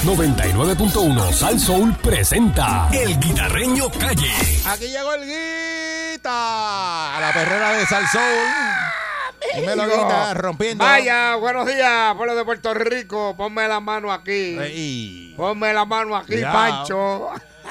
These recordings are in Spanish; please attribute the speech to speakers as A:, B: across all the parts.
A: 99.1 Sal Soul presenta El Guitarreño Calle.
B: Aquí llegó el Guita a la perrera de Sal Soul. Dímelo, Guita, rompiendo.
C: Vaya, buenos días, pueblo de Puerto Rico. Ponme la mano aquí.
B: Ey.
C: Ponme la mano aquí,
B: Cuidado.
C: Pancho.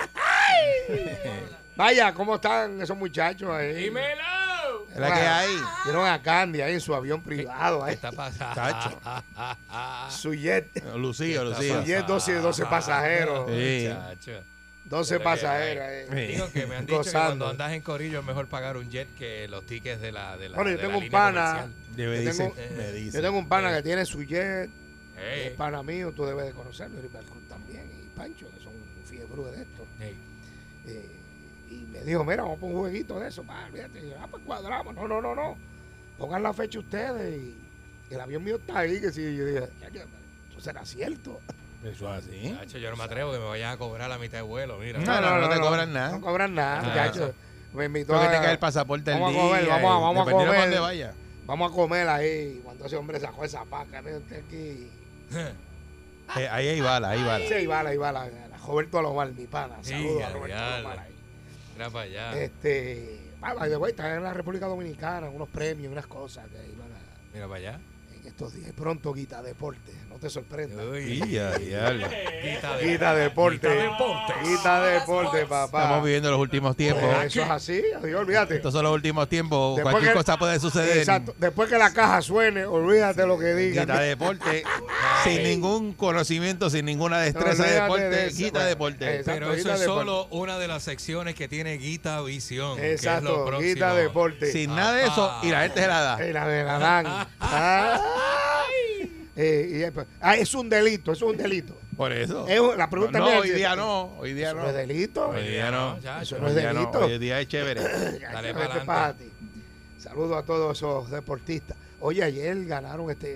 C: Vaya, ¿cómo están esos muchachos ahí?
D: ¡Dímelo!
B: Es la que hay.
C: Vieron a Candy ahí en su avión privado.
D: ¿Qué
C: Ahí.
D: está pasando?
B: Chacho.
C: Su jet.
B: Lucío.
C: Su jet 12 pasajeros.
B: Sí.
D: Muchacho.
C: 12 pasajeros.
B: Sí.
D: Digo que me han dicho que
C: Gozando.
D: cuando andas en corillo es mejor pagar un jet que los tickets de la
C: Bueno, yo
D: de
C: tengo
D: la
C: un
D: línea
C: pana.
D: comercial.
B: Me dice.
C: Yo tengo un pana que tiene su jet.
D: Ey,
C: Es pana mío, tú debes de conocerlo. Y Balcón también. Y Pancho, que son fiebre de esto.
D: ey.
C: Y me dijo, mira, vamos a poner un jueguito de eso. Fíjate. Y yo, pues cuadramos. No. Pongan la fecha ustedes. Y el avión mío está ahí. Que si yo dije, eso será cierto.
B: Eso es así.
D: Muchacho, yo no me atrevo que me vayan a cobrar la mitad de vuelo, mira.
B: No te cobran nada.
C: No cobran nada,
D: Ah,
C: muchachos. Me invitó
B: Porque
C: a...
B: te cae el pasaporte del
C: Vamos a
B: día.
C: comer, vamos a
B: dependiendo de
C: comer.
B: dónde vaya.
C: Vamos a comer ahí. Cuando ese hombre sacó esa paca, mira usted aquí.
B: Ahí hay bala.
C: Sí, ahí va la Roberto Alomar, mi pana. Saludos a
D: Sí,
C: Roberto
D: ya,
C: Alomar ahí.
D: Mira para allá.
C: By the way, está en la República Dominicana, unos premios, unas cosas que iban a...
D: Mira para allá.
C: En estos días, pronto, Guita Deporte, no te sorprendas.
D: Uy.
B: Ya, diablo.
C: Guita Deporte.
D: Guita Deportes.
C: Guita Deporte, papá.
B: Estamos viviendo los últimos tiempos.
C: Eso es así, adiós, olvídate.
B: Estos son los últimos tiempos.
C: Después
B: Cualquier
C: que-
B: cosa puede suceder.
C: Exacto. Después que la caja suene, olvídate lo que digan.
B: Quita deporte, sin ningún conocimiento, sin ninguna destreza de
C: Olvídate de
B: deporte,
C: eso.
B: quita
C: Bueno,
B: deporte.
C: exacto.
D: Pero eso
C: Guita
D: es
C: Deporte.
D: solo una de las secciones que tiene Guita Visión. que es lo
C: Exacto,
D: próximo.
C: Guita Deporte.
B: Sin nada de eso, y la gente se la da.
C: La de la dan. Es un delito, eso es un delito.
B: Por eso.
C: La pregunta
B: no,
C: mía
B: hoy
C: es-
B: día no, hoy día
C: ¿Eso
B: no.
C: no es delito?
B: Hoy día no.
D: Chacho.
C: Eso no es
B: Hoy día
C: delito.
B: Hoy día es chévere.
D: Dale
C: Vete
D: pa'lante.
C: para ti. Saludos a todos esos deportistas. Oye, ayer ganaron a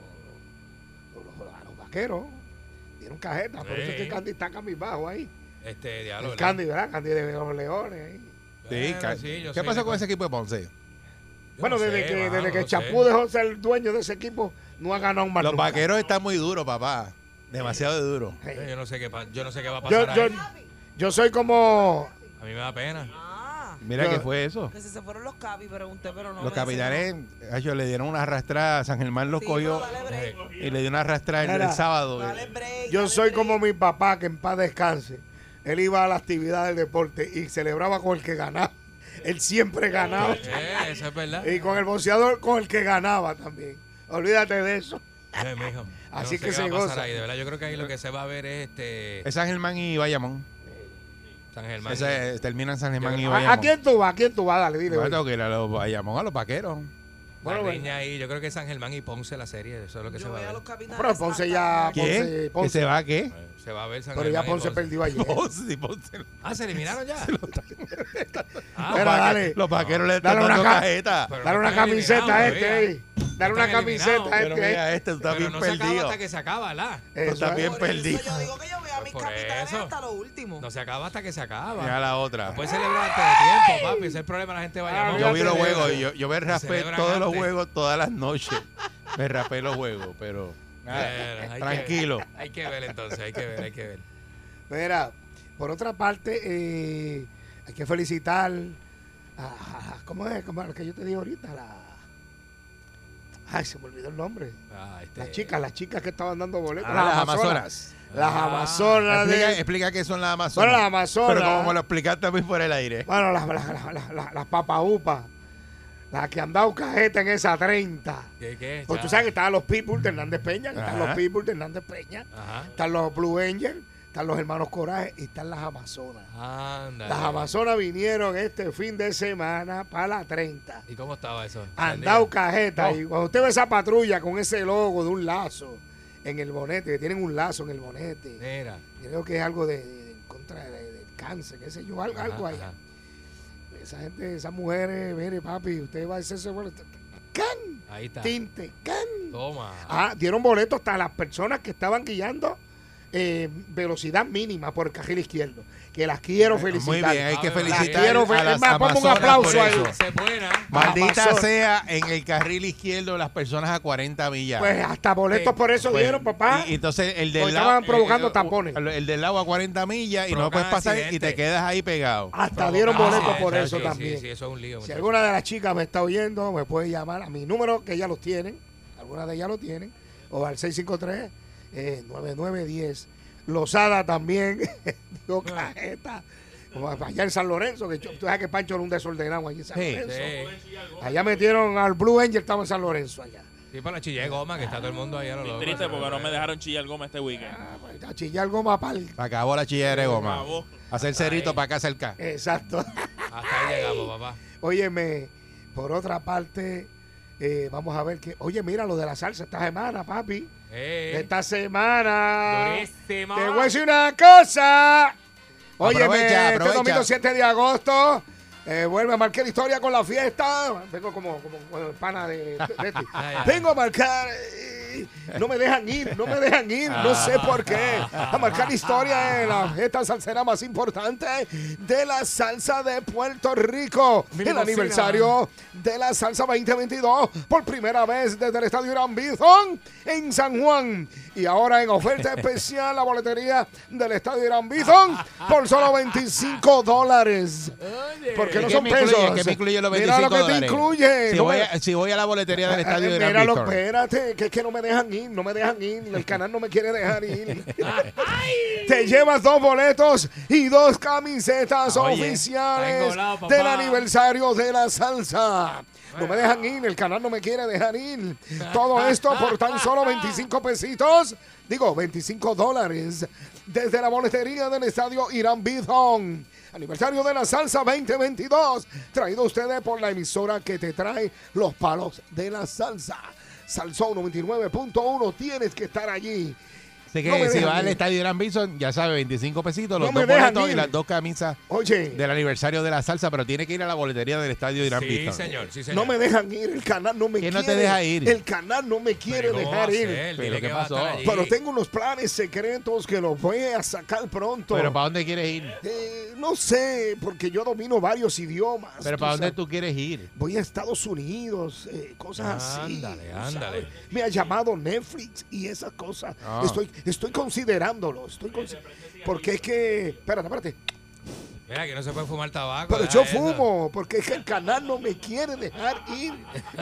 C: los vaqueros. Dieron cajeta, por eso es que
D: Sí.
C: Candy está bajo ahí.
D: Diablo,
C: El
D: ¿verdad?
C: Candy, ¿verdad? Candy de los Leones. Ahí.
B: Sí,
D: Bueno, sí, yo
B: ¿Qué
D: sé
B: pasó
D: de
B: con ese equipo de Ponce?
D: Yo
C: Bueno,
D: no
C: desde
D: sé,
C: que,
D: mano,
C: desde que
D: no
C: Chapú
D: sé.
C: dejó ser el dueño de ese equipo, no ha ganado un más
B: Los
C: nunca.
B: vaqueros están muy duros, papá. Demasiado duros.
D: Yo no sé qué va a
C: Yo,
D: pasar
C: yo,
D: ahí.
C: yo soy como...
D: A mí me da pena.
E: Ah,
B: Mira
C: Yo-
B: qué fue eso.
E: que se fueron los Cabi, pregunté, pero no.
B: Los
E: me decían.
B: capitanes, ellos le dieron una arrastrada. San Germán los
E: Sí,
B: cogió
E: pero dale break.
B: y le dio una arrastrada el
C: Mira,
B: sábado.
E: Dale break,
C: Yo
E: dale
C: soy
E: break.
C: como mi papá, que en paz descanse. Él iba a la actividad del deporte y celebraba con el que ganaba. Él siempre ganaba.
D: Eso es verdad.
C: Y con el boxeador con el que ganaba también. Olvídate de eso.
D: Mijo, yo
C: Así
D: no sé
C: que
D: qué
C: se
D: va a pasar
C: goza.
D: ahí, de verdad. Yo creo que ahí lo que se va a ver es
B: Es San Germán y Bayamón.
D: San Germán.
B: Ese, terminan San Germán y
D: Yo-
B: Bayamón.
C: ¿A quién tú vas? ¿A quién tú vas? Dale, dile.
B: Bueno,
C: oye.
B: tengo que ir a los Bayamón, a los vaqueros.
D: Bueno,
C: Bueno,
D: riña ahí. Yo creo que San Germán y Ponce la serie. Eso es lo que se
E: Yo
D: va a
E: veo a
D: ver.
E: los capitanes.
C: Pero Ponce ya...
B: ¿Qué?
C: Ponce.
B: ¿Que se va a qué?
D: Se va a ver San
C: Pero ya
D: Germán y
C: Ponce perdió ayer.
B: No, sí, Ponce.
D: Ah, ¿se eliminaron ya? Ah,
C: Mira, dale.
B: Los vaqueros le están
C: Dale una
B: dando
C: ca-
B: cajeta.
D: pero
C: Dale
D: no
C: una
D: están
C: camiseta a
D: eliminados
C: este
D: todavía.
C: ahí. Dale
D: No
C: una
D: están
C: camiseta a
D: eliminados.
B: Pero
C: este ahí.
B: mira, este está
D: Pero
B: bien
D: no se acaba
B: perdido.
D: hasta que se acaba, ¿la?
C: Eso
B: está
C: es.
B: bien
E: Por
B: perdido.
E: eso yo digo que yo veo a mis
D: Por
E: capitanes
D: eso.
E: hasta lo último.
D: No se acaba hasta que se acaba.
B: Mira la otra.
D: Puedes celebrar antes de tiempo, papi. Ese es el problema, la gente vaya.
C: Ah,
B: Yo vi los
C: Fíjate de
B: juegos,
C: eso.
B: yo me raspé
D: celebran
B: todos los
D: antes.
B: juegos, todas las noches. Me raspé los juegos, pero tranquilo.
D: Hay que ver entonces, hay que ver.
C: Mira, por otra parte, hay que felicitar ¿cómo es? Como lo que yo te dije ahorita, ay, se me olvidó el nombre.
D: Ah,
C: Las chicas que estaban dando boletos.
B: Las Amazonas.
C: Las Amazonas
B: Explica qué son las Amazonas.
C: Bueno, las Amazonas.
B: Pero como me lo explicaste también por el aire.
C: Bueno, las papaupas. Las que han dado cajeta en esa 30.
D: ¿Qué?
C: Pues tú sabes que estaban los People de Hernández Peña, que están
B: Ajá.
C: los People de Hernández Peña,
D: Ajá.
C: están los Blue Angels, están los hermanos Coraje y están las Amazonas.
D: Ándale.
C: Las Amazonas vinieron este fin de semana para la 30.
D: ¿Y cómo estaba eso?
C: Han dado
D: Encendido.
C: cajeta.
D: No.
C: Y cuando usted ve esa patrulla con ese logo de un lazo en el bonete, que tienen un lazo en el bonete,
D: Mira.
C: creo que es algo de contra del cáncer, qué sé yo, algo ahí.
D: Ajá.
C: Esa gente, esas mujeres, mire papi, usted va a hacerse bueno. ¡Can!
D: Ahí está.
C: Tinte, can.
D: Toma.
C: Dieron boletos hasta las personas que estaban guiando velocidad mínima por el carril izquierdo. Que las quiero felicitar.
B: Muy bien, hay que felicitar
C: quiero
B: a las
C: más, ponme un
B: amazonas
C: aplauso
B: por
C: ahí.
B: eso.
D: Se buena.
B: Maldita
C: Amazon.
B: sea en el carril izquierdo las personas a 40 millas.
C: Pues hasta boletos por eso
B: Pues,
C: dieron, papá.
B: Y entonces el
C: Porque
B: del lado
C: estaban provocando tapones.
B: el del lado a 40 millas y no
D: Provocan
B: puedes pasar y
D: accidentes.
B: te quedas ahí pegado.
C: Hasta dieron boletos por
D: sí,
C: eso
D: sí,
C: también.
D: Sí, eso es un lío.
C: Si
D: muchacho.
C: alguna de las chicas me está oyendo, me puede llamar a mi número, que ya los tienen. Algunas de ellas lo tienen. O al 653-9910. Lozada también. Digo, cajeta. Como allá en San Lorenzo, que tú sabes que Pancho era un desordenado allí en San
B: Sí,
C: Lorenzo.
D: Sí.
C: Allá metieron al Blue Angel, estaba en San Lorenzo allá.
D: Sí, para la chilla de goma, que está todo el mundo allá a lo loco.
F: Triste porque no me dejaron chillar goma este weekend.
C: Ah, pues, a chillar goma pal.
B: Se acabó la chilladera de goma.
F: Acabó.
B: Hacer cerrito para acá cerca.
C: Exacto.
D: Hasta ahí llegamos, papá.
C: Óyeme, por otra parte, vamos a ver que. Oye, mira lo de la salsa esta semana, papi. Esta semana.
D: Durísimo.
C: Te voy a decir una cosa. Óyeme,
B: Aprovecha.
C: este domingo 7 de agosto. Vuelve a marcar historia con la fiesta. Vengo como pana de este. Vengo a marcar. No me dejan ir, no sé por qué. A marcar historia en la fiesta salsera más importante de la salsa de Puerto Rico. El aniversario de la salsa 2022 por primera vez desde el estadio Irán Bithorn en San Juan. Y ahora en oferta especial la boletería del estadio Irán Bithorn por solo $25. Porque no
B: ¿Qué
C: son
B: me incluye?
C: pesos.
B: ¿Qué me incluye los
C: Mira lo que
B: $25?
C: te incluye.
B: Si,
C: No
B: voy
C: me-
B: si voy a la boletería del estadio de Irán
C: Míralo,
B: Bithorn.
C: espérate, que es que no me dejan ir, el canal no me quiere dejar ir. Te llevas 2 boletos y 2 camisetas
D: Oye,
C: oficiales
D: está engolado, papá.
C: del aniversario de la salsa. No me dejan ir, el canal no me quiere dejar ir. Todo esto por tan solo 25 pesitos, digo $25, desde la boletería del estadio Irán Bithorn. Aniversario de la salsa 2022, traído a ustedes por la emisora que te trae los palos de la salsa. Salsón 99.1, tienes que estar allí.
B: Así que
C: No me
B: si
C: dejan
B: vas al
C: ir.
B: estadio Irán Bithorn, ya sabes, 25 pesitos, los
C: No me
B: 2
C: dejan
B: boletos y
C: ir.
B: las 2 camisas
C: Oye,
B: del aniversario de la salsa, pero tiene que ir a la boletería del estadio Irán
D: Sí,
B: Bithorn.
D: señor, sí, señor.
C: no me dejan ir, el canal no me
B: ¿Quién
C: quiere.
B: no te deja ir?
C: El canal no me quiere
D: Pero ¿cómo
C: dejar
D: va a
C: ir.
D: ser?
B: Pero
D: Dile
B: ¿qué
D: que va a
B: pasó?
D: estar allí.
C: Pero tengo unos planes secretos que los voy a sacar pronto.
B: Pero ¿para dónde quieres ir?
C: No sé, porque yo domino varios idiomas.
B: Pero
C: tú
B: ¿para dónde
C: sabes.
B: tú quieres ir?
C: Voy a Estados Unidos, cosas así.
D: Ándale,
C: tú
D: ándale.
C: sabes. Me ha llamado Netflix y esas cosas.
B: Ah.
C: Estoy considerándolo. Porque es que. Espérate.
D: Mira, que no se puede fumar tabaco.
C: Pero
D: deja
C: yo
D: eso.
C: fumo, porque es que el canal no me quiere dejar ir.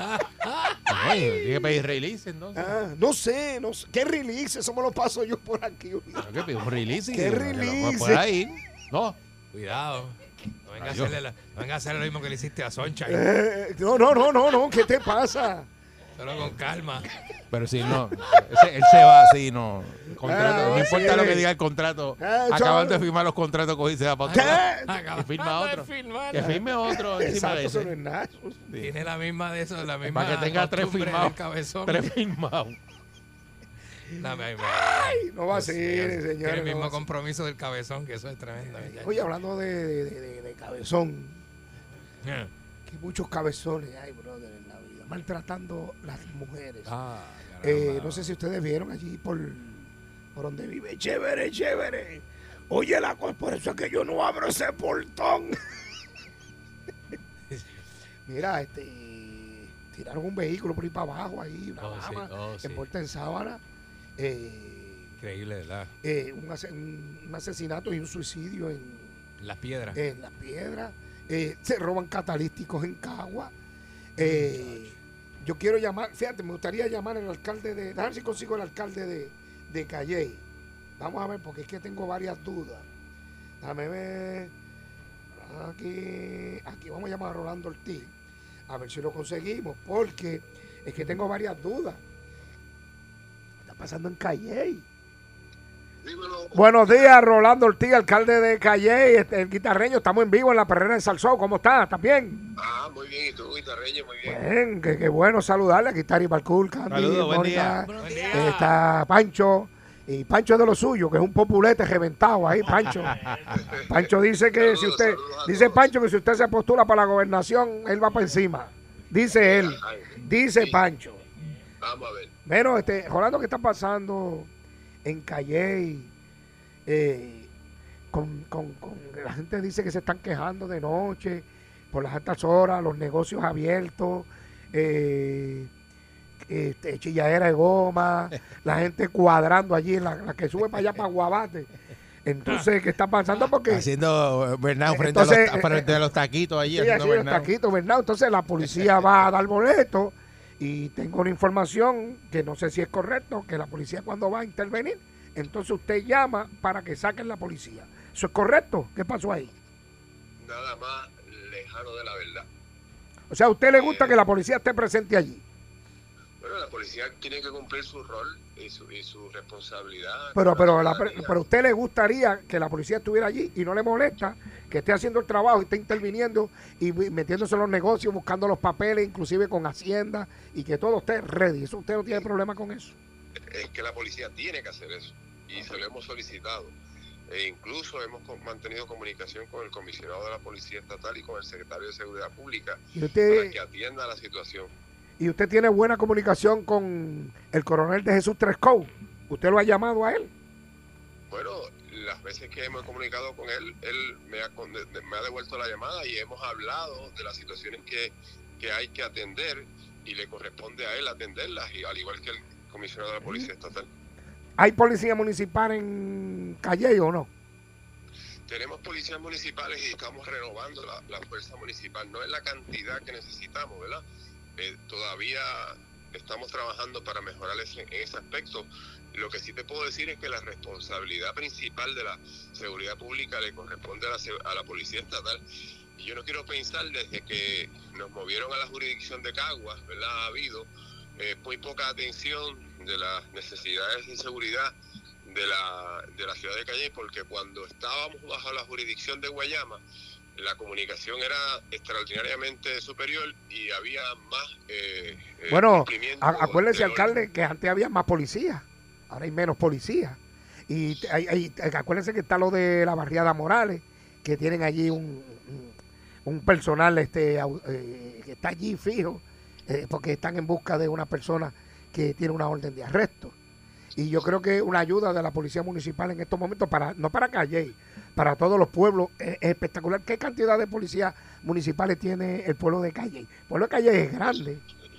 B: Tiene que pedir release entonces.
C: No sé. ¿Qué release? Eso me lo paso yo por aquí.
B: Tengo que pedir un release. y
C: ¿Qué
B: que
C: release?
B: no pueda ir. No.
D: Cuidado. No venga, a
B: Adiós.
D: hacerle no venga a hacer lo mismo que le hiciste a Soncha.
C: No. ¿Qué te pasa?
D: Solo con calma.
B: Pero si no, él se va así, no. Contrato, no importa
C: sí.
B: lo que diga el contrato. Acaban de firmar los contratos, coge y se va para otro lado. Que firma otro. Que firme otro encima de
C: Exacto, eso no
B: ese.
C: es nada.
D: Tiene la misma de eso, la misma.
B: Para que tenga 3
D: costumbre
B: firmados.
D: del cabezón.
B: 3 firmados.
D: La misma.
C: No va a ser,
D: Tiene
C: señores.
D: el
C: no
D: mismo
C: va a ser.
D: compromiso del cabezón, que eso es tremendo. muchacho.
C: Oye, hablando de cabezón,
D: Yeah.
C: que muchos cabezones hay, brother, en la vida, maltratando las mujeres.
D: Ah, caramba.
C: No sé si ustedes vieron allí por donde vive. Chévere. Oye, la cosa, por eso es que yo no abro ese portón. Mira, tiraron un vehículo por ahí para abajo, ahí, una dama,
D: sí.
C: envuelta en sábana.
D: Increíble, ¿verdad?
C: Un asesinato y un suicidio en
D: Las piedras.
C: Las Piedras. Se roban catalíticos en Cagua. Yo quiero llamar, fíjate, me gustaría llamar al alcalde de, a ver si consigo el alcalde de Calley. Vamos a ver, porque es que tengo varias dudas. Déjame ver. Aquí vamos a llamar a Rolando Ortiz. A ver si lo conseguimos, porque es que tengo varias dudas. ¿Qué está pasando en Calley?
G: Dímelo.
C: Buenos días, Rolando Ortiz, alcalde de Calley, el guitarreño. Estamos en vivo en la perrera de Salsón. ¿Cómo estás? ¿Estás bien?
G: Ah, muy bien. ¿Y tú, guitarreño? Muy bien.
C: Bien, qué bueno saludarle. Aquí está Ari Balcour, Candy,
B: Saludos, buen
C: Mónica,
B: día.
D: Buen día.
C: está Pancho. Y Pancho es de lo suyo, que es un populete reventado ahí, Pancho. Pancho dice que si usted, dice Pancho que si usted se postula para la gobernación, él va para encima. Dice él, dice Pancho.
G: Vamos a ver.
C: Bueno, Rolando, ¿qué está pasando en Calley con la gente dice que se están quejando de noche, por las altas horas, los negocios abiertos, chilladera de goma, la gente cuadrando allí, la que sube para allá para Guabate. Entonces, ¿qué está pasando? Porque
B: haciendo Bernardo frente,
C: entonces,
B: frente a los taquitos allí.
C: Sí, así los taquitos, ¿verdad? Entonces la policía va a dar boleto y tengo una información que no sé si es correcto, que la policía cuando va a intervenir, entonces usted llama para que saquen la policía. ¿Eso es correcto? ¿Qué pasó ahí?
G: Nada más lejano de la verdad.
C: O sea, ¿a usted le gusta que la policía esté presente allí?
G: Bueno, la policía tiene que cumplir su rol y su responsabilidad.
C: Pero a usted le gustaría que la policía estuviera allí y no le molesta que esté haciendo el trabajo y esté interviniendo y metiéndose en los negocios, buscando los papeles, inclusive con Hacienda, y que todo esté ready. ¿Eso usted no tiene problema con eso?
G: Es que la policía tiene que hacer eso y se lo hemos solicitado. E incluso hemos mantenido comunicación con el comisionado de la Policía Estatal y con el secretario de Seguridad Pública para que atienda la situación.
C: ¿Y usted tiene buena comunicación con el coronel de Jesús Tresco? ¿Usted lo ha llamado a él?
G: Bueno, las veces que hemos comunicado con él, él me ha devuelto la llamada y hemos hablado de las situaciones que hay que atender y le corresponde a él atenderlas, y al igual que el comisionado de la Policía Estatal.
C: ¿Hay policía municipal en Calle o no?
G: Tenemos policías municipales y estamos renovando la fuerza municipal. No es la cantidad que necesitamos, ¿verdad? Todavía estamos trabajando para mejorar en ese aspecto. Lo que sí te puedo decir es que la responsabilidad principal de la seguridad pública le corresponde a la Policía Estatal. Y yo no quiero pensar, desde que nos movieron a la jurisdicción de Caguas, ¿verdad? Ha habido muy poca atención de las necesidades de seguridad de la ciudad de Calle, porque cuando estábamos bajo la jurisdicción de Guayama, la comunicación era extraordinariamente superior y había más
C: bueno, acuérdese, alcalde, que antes había más policías, ahora hay menos policías. Y acuérdense que está lo de la barriada Morales, que tienen allí un personal que está allí fijo, porque están en busca de una persona que tiene una orden de arresto. Y yo creo que una ayuda de la policía municipal en estos momentos, no para Calle, para todos los pueblos, es espectacular. ¿Qué cantidad de policías municipales tiene el pueblo de Calle? El pueblo de Calle es grande.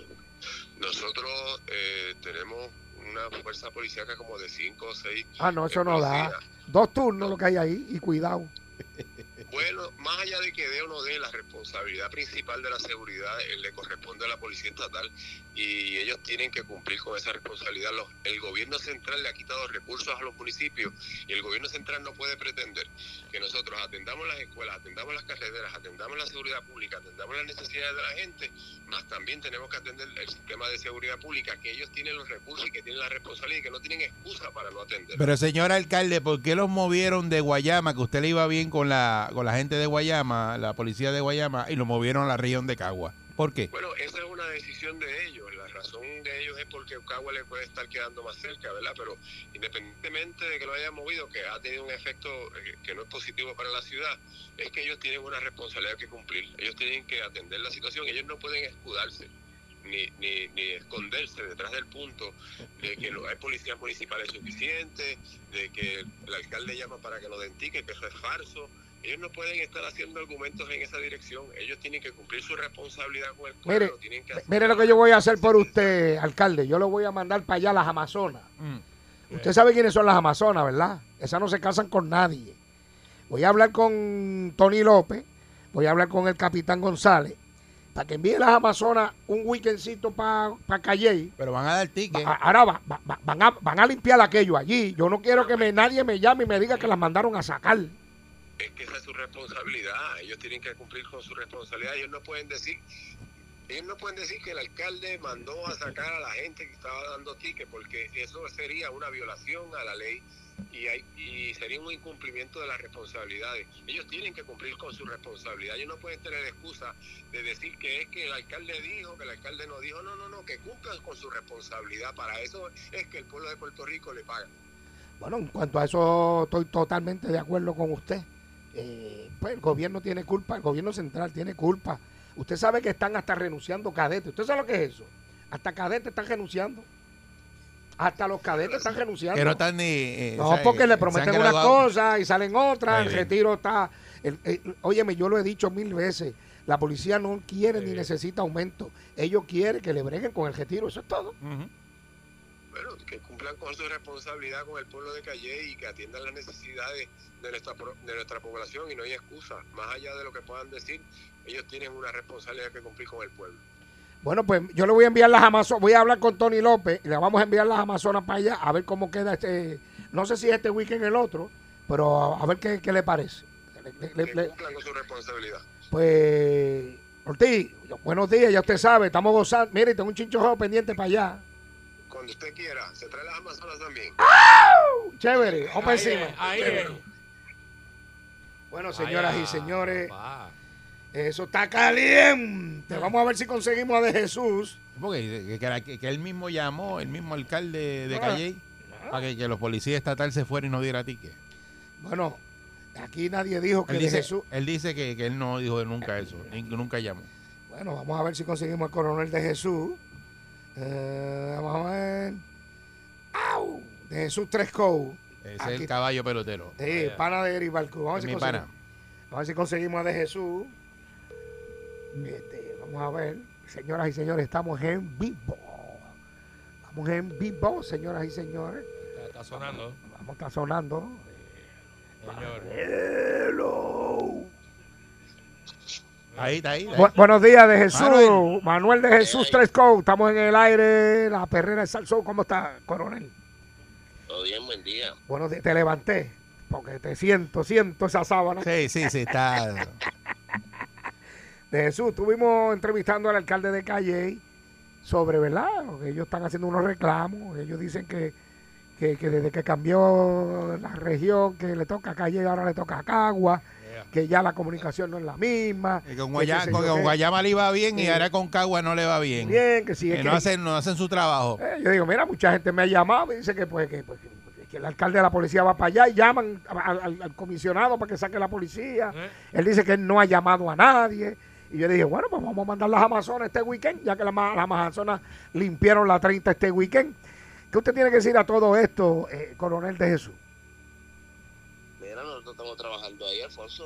G: Nosotros tenemos una fuerza policíaca como de 5 o 6.
C: No, eso no da. 2 turnos lo que hay ahí, y cuidado.
G: Bueno, más allá de que dé o no dé, la responsabilidad principal de la seguridad le corresponde a la Policía Estatal y ellos tienen que cumplir con esa responsabilidad. El gobierno central le ha quitado recursos a los municipios y el gobierno central no puede pretender que nosotros atendamos las escuelas, atendamos las carreteras, atendamos la seguridad pública, atendamos las necesidades de la gente, más también tenemos que atender el sistema de seguridad pública, que ellos tienen los recursos y que tienen la responsabilidad y que no tienen excusa para no atender.
B: Pero señor alcalde, ¿por qué los movieron de Guayama, que usted le iba bien con la gente de Guayama, la policía de Guayama, y lo movieron a la región de Cagua? ¿Por qué?
G: Bueno, esa es una decisión de ellos. La razón de ellos es porque Cagua le puede estar quedando más cerca, ¿verdad? Pero independientemente de que lo hayan movido, que ha tenido un efecto que no es positivo para la ciudad, es que ellos tienen una responsabilidad que cumplir. Ellos tienen que atender la situación. Ellos no pueden escudarse ni esconderse detrás del punto de que no hay policías municipales suficientes, de que el alcalde llama para que lo den ticket, que eso es falso. Ellos no pueden estar haciendo argumentos en esa dirección. Ellos tienen que cumplir su responsabilidad con el pueblo.
C: Mire lo que yo voy a hacer por usted, alcalde. Yo lo voy a mandar para allá a las Amazonas. Usted sabe quiénes son las Amazonas, ¿verdad? Esas no se casan con nadie. Voy a hablar con Tony López, voy a hablar con el capitán González, para que envíe las Amazonas un weekendcito para Calle.
B: Pero van a dar ticket.
C: Ahora van a limpiar aquello allí. Yo no quiero que nadie me llame y me diga que las mandaron a sacar.
G: Es que esa es su responsabilidad. Ellos tienen que cumplir con su responsabilidad. Ellos no pueden decir que el alcalde mandó a sacar a la gente que estaba dando ticket, porque eso sería una violación a la ley y sería un incumplimiento de las responsabilidades. Ellos tienen que cumplir con su responsabilidad. Ellos no pueden tener excusa de decir que es que el alcalde dijo, que el alcalde no dijo. No, que cumplan con su responsabilidad. Para eso es que el pueblo de Puerto Rico le paga.
C: Bueno, en cuanto a eso estoy totalmente de acuerdo con usted. Pues el gobierno tiene culpa, el gobierno central tiene culpa. Usted sabe que están hasta renunciando cadetes. ¿Usted sabe lo que es eso? Hasta cadetes están renunciando. Hasta los cadetes están renunciando.
B: Que no están ni...
C: No, porque le prometen una cosa y salen otras,
B: Muy
C: el
B: bien.
C: retiro está... óyeme, yo lo he dicho 1000 veces, la policía no quiere ni necesita aumento, ellos quieren que le breguen con el retiro, eso es todo.
B: Ujú.
G: Bueno, que cumplan con su responsabilidad con el pueblo de Calle y que atiendan las necesidades de nuestra población y no hay excusa. Más allá de lo que puedan decir, ellos tienen una responsabilidad que cumplir con el pueblo.
C: Bueno, pues yo le voy a enviar las Amazonas, voy a hablar con Tony López y le vamos a enviar las Amazonas para allá a ver cómo queda no sé si este weekend el otro, pero a ver qué le parece.
G: Que cumplan con su responsabilidad.
C: Pues, Ortiz, buenos días, ya usted sabe, estamos gozando. Mire, tengo un chinchorro pendiente para allá.
G: Cuando usted quiera, se trae las Amazonas también.
C: Chévere, vamos para encima.
D: Ahí
C: Chévere. Bueno, señoras y señores,
D: papá.
C: eso está caliente. Vamos a ver si conseguimos a De Jesús.
B: Porque que él mismo llamó, el mismo alcalde de
C: Ah.
B: Calley, para que los policías estatales se fueran y no diera ticket.
C: Bueno, aquí nadie dijo que
B: Él
C: De
B: dice,
C: Jesús.
B: él dice que él no dijo nunca eso, ni que nunca llamó.
C: Bueno, vamos a ver si conseguimos al coronel De Jesús. Vamos a ver. ¡Au! De Jesús Tresco.
B: Ese
C: Aquí
B: es el caballo pelotero.
C: Sí, pana de Eric Balcú. Vamos,
B: Es
C: a ver
B: mi
C: si
B: pana.
C: vamos a ver si conseguimos a De Jesús. Vamos a ver. Señoras y señores, estamos en vivo. Estamos en vivo, señoras y señores.
D: Está sonando,
C: Vamos a estar sonando.
D: señor.
C: Hello.
B: Ahí está, ahí.
C: Buenos días, De Jesús.
B: Manuel.
C: Manuel De Jesús Tresco. Estamos en el aire. La perrera de Salsón. ¿Cómo está, coronel?
G: Todo bien, buen día.
C: Buenos días. Te levanté. Porque te siento esa sábana.
B: Sí, está.
C: De Jesús, estuvimos entrevistando al alcalde de Calley sobre, ¿verdad? Porque ellos están haciendo unos reclamos. Ellos dicen que desde que cambió la región, que le toca a Calley, ahora le toca a Cagua, que ya la comunicación no es la misma.
B: Y con
C: que qué sé yo
B: con
C: qué.
B: Guayama le iba bien y
C: Sí.
B: ahora con Cagua no le va bien.
C: Bien, que sí.
B: Que
C: es
B: no
C: que-
B: hacen su trabajo.
C: Yo digo, mira, mucha gente me ha llamado y dice que el alcalde de la policía va para allá y llaman al comisionado para que saque la policía. Él dice que él no ha llamado a nadie. Y yo le dije, bueno, pues vamos a mandar las Amazonas este weekend, ya que las Amazonas limpiaron la 30 este weekend. ¿Qué usted tiene que decir a todo esto, coronel De Jesús?
H: Mira, nosotros estamos trabajando ahí, Alfonso.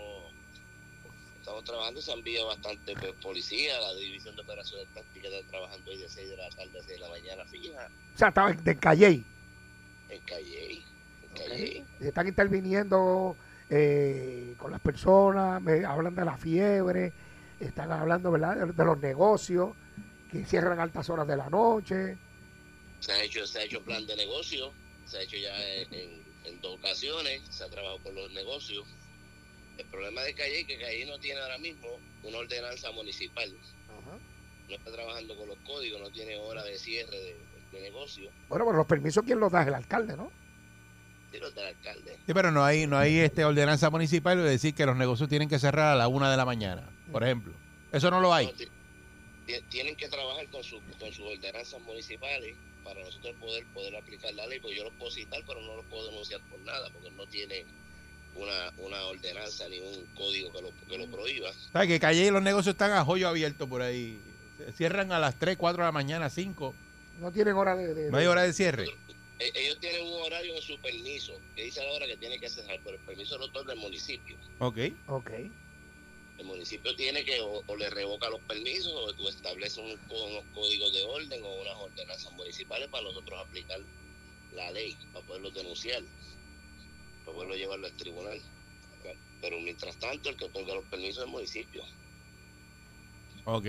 H: Estamos trabajando, se han enviado bastante policía, la división de operaciones tácticas está trabajando ahí de 6 de la tarde a 6 de la mañana fija,
C: O sea, estaba de Calley.
H: en Calle.
C: Se están interviniendo con las personas, me hablan de la fiebre, están hablando, ¿verdad?, de los negocios que cierran a altas horas de la noche.
H: Se ha hecho plan de negocio, se ha hecho ya en 2 ocasiones, se ha trabajado con los negocios. El problema de Calle es que Calle no tiene ahora mismo una ordenanza municipal. No está trabajando con los códigos, no tiene hora de cierre de negocio.
C: Bueno, pero los permisos, ¿quién los da? El alcalde, ¿no?
H: Sí, los del alcalde.
B: Sí, pero no hay ordenanza municipal de decir que los negocios tienen que cerrar a la 1 de la mañana, por ejemplo. Eso no lo hay.
H: No, tienen que trabajar con sus ordenanzas municipales para nosotros poder aplicar la ley, porque yo los puedo citar, pero no los puedo denunciar por nada, porque no tienen una ordenanza ni un código que lo prohíba.
B: ¿Sabes que Calle y los negocios están a joyo abierto por ahí? Se cierran a las 3, 4 de la mañana, 5.
C: No tienen hora de...
B: No hay hora de cierre.
H: Ellos tienen un horario en su permiso, que dice ahora que tiene que cerrar, pero el permiso lo otorga el municipio.
B: Ok.
C: Ok.
H: El municipio tiene que o le revoca los permisos o establece unos códigos de orden o unas ordenanzas municipales para nosotros aplicar la ley, para poderlo denunciar, para poderlo llevarlo al tribunal. Pero mientras tanto, el que otorga los permisos es el municipio.
B: Ok.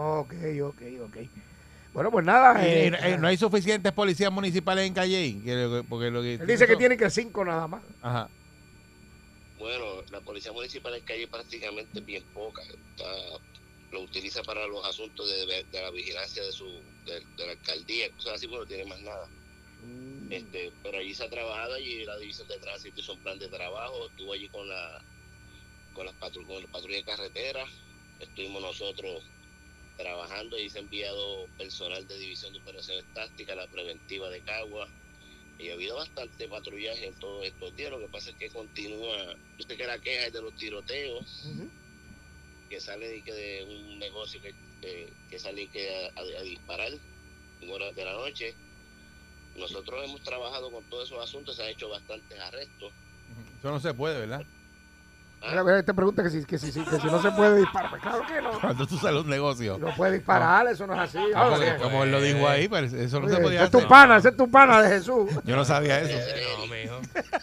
C: Bueno, pues nada.
B: No hay suficientes policías municipales en Calle.
C: Él dice que tiene que 5 nada más.
B: Ajá.
H: Bueno, la policía municipal en Calle prácticamente bien poca. Lo utiliza para los asuntos de la vigilancia de la alcaldía, cosas así, pero no tiene más nada. Pero allí se ha trabajado, allí la división de tránsito hizo un plan de trabajo, estuvo allí con las patrullas de carretera, estuvimos nosotros trabajando y se ha enviado personal de división de operaciones tácticas, la preventiva de Cagua, y ha habido bastante patrullaje en todos estos días. Lo que pasa es que continúa, yo sé que la queja es de los tiroteos, que sale de un negocio que sale a disparar en horas de la noche, nosotros hemos trabajado con todos esos asuntos, se han hecho bastantes arrestos.
B: Eso no se puede, ¿verdad?
C: Mira, te pregunta que si no se puede disparar. Pues claro que no.
B: Cuando tú sales a un negocio.
C: No puede disparar, eso no es así.
B: Como él lo dijo ahí, pero eso no se podía
C: hacer. Ese es tu pana de Jesús.
B: Yo no sabía eso.
D: No, mijo.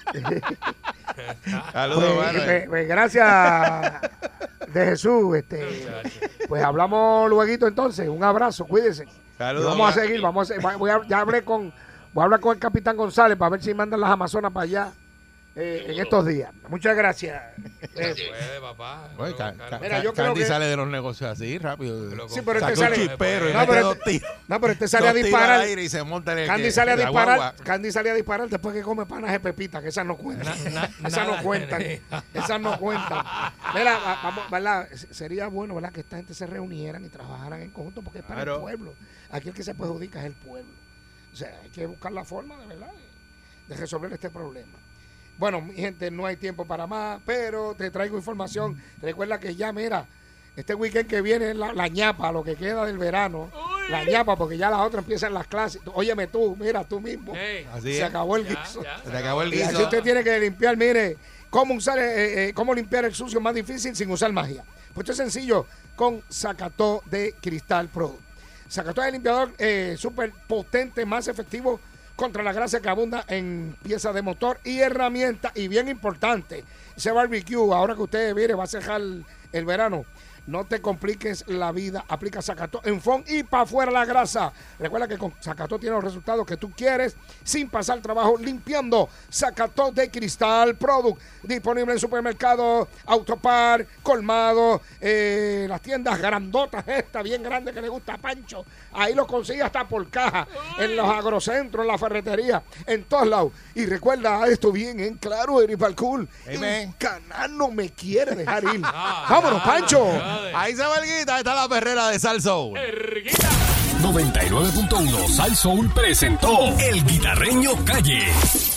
B: Saludos,
C: gracias de Jesús. Pues hablamos luego entonces. Un abrazo, cuídense.
B: Saludos.
C: Vamos a seguir. Voy a hablar con el capitán González para ver si mandan las Amazonas para allá. En estos días. Muchas gracias.
D: Puede, papá.
B: Mira, yo creo que sale de los negocios así rápido.
C: Sí, pero este sale
B: chispero
C: pero este sale a disparar.
B: Y se monta
C: Candy sale a disparar. Candy sale a disparar después que come panas de pepita, que esas no cuentan. Esas no cuentan. Esas no cuentan. Mira, vamos, ¿verdad? Sería bueno, ¿verdad? Que esta gente se reunieran y trabajaran en conjunto porque es para el pueblo. Aquí el que se perjudica es el pueblo. O sea, hay que buscar la forma de verdad de resolver este problema. Bueno, mi gente, no hay tiempo para más, pero te traigo información. Recuerda que ya, mira, este weekend que viene es la ñapa, lo que queda del verano. Uy. La ñapa, porque ya las otras empiezan las clases. Óyeme tú, mira, tú mismo.
B: Así
C: se acabó el guiso.
B: Se acabó el guiso.
C: Y así usted tiene que limpiar, mire, cómo limpiar el sucio más difícil sin usar magia. Pues esto es sencillo, con Zacató de Cristal Product. Zacató es el limpiador súper potente, más efectivo contra la grasa que abunda en piezas de motor y herramientas. Y bien importante, ese barbecue, ahora que usted mire, va a cejar el verano, no te compliques la vida. Aplica Zacató en fondo y para afuera la grasa. Recuerda que con Zacató tiene los resultados que tú quieres sin pasar trabajo limpiando. Zacató de Cristal Product, disponible en supermercados, Autopar, Colmado, las tiendas grandotas, esta bien grande que le gusta a Pancho. Ahí lo consigue hasta por caja, en los agrocentros, en la ferretería, en todos lados. Y recuerda esto bien en claro, Eripalcool. El canal no me quiere dejar ir. Vámonos, Pancho.
B: Ahí se va el guita, está la perrera de Sal Soul.
A: 99.1 Sal Soul presentó El Guitarreño Calle.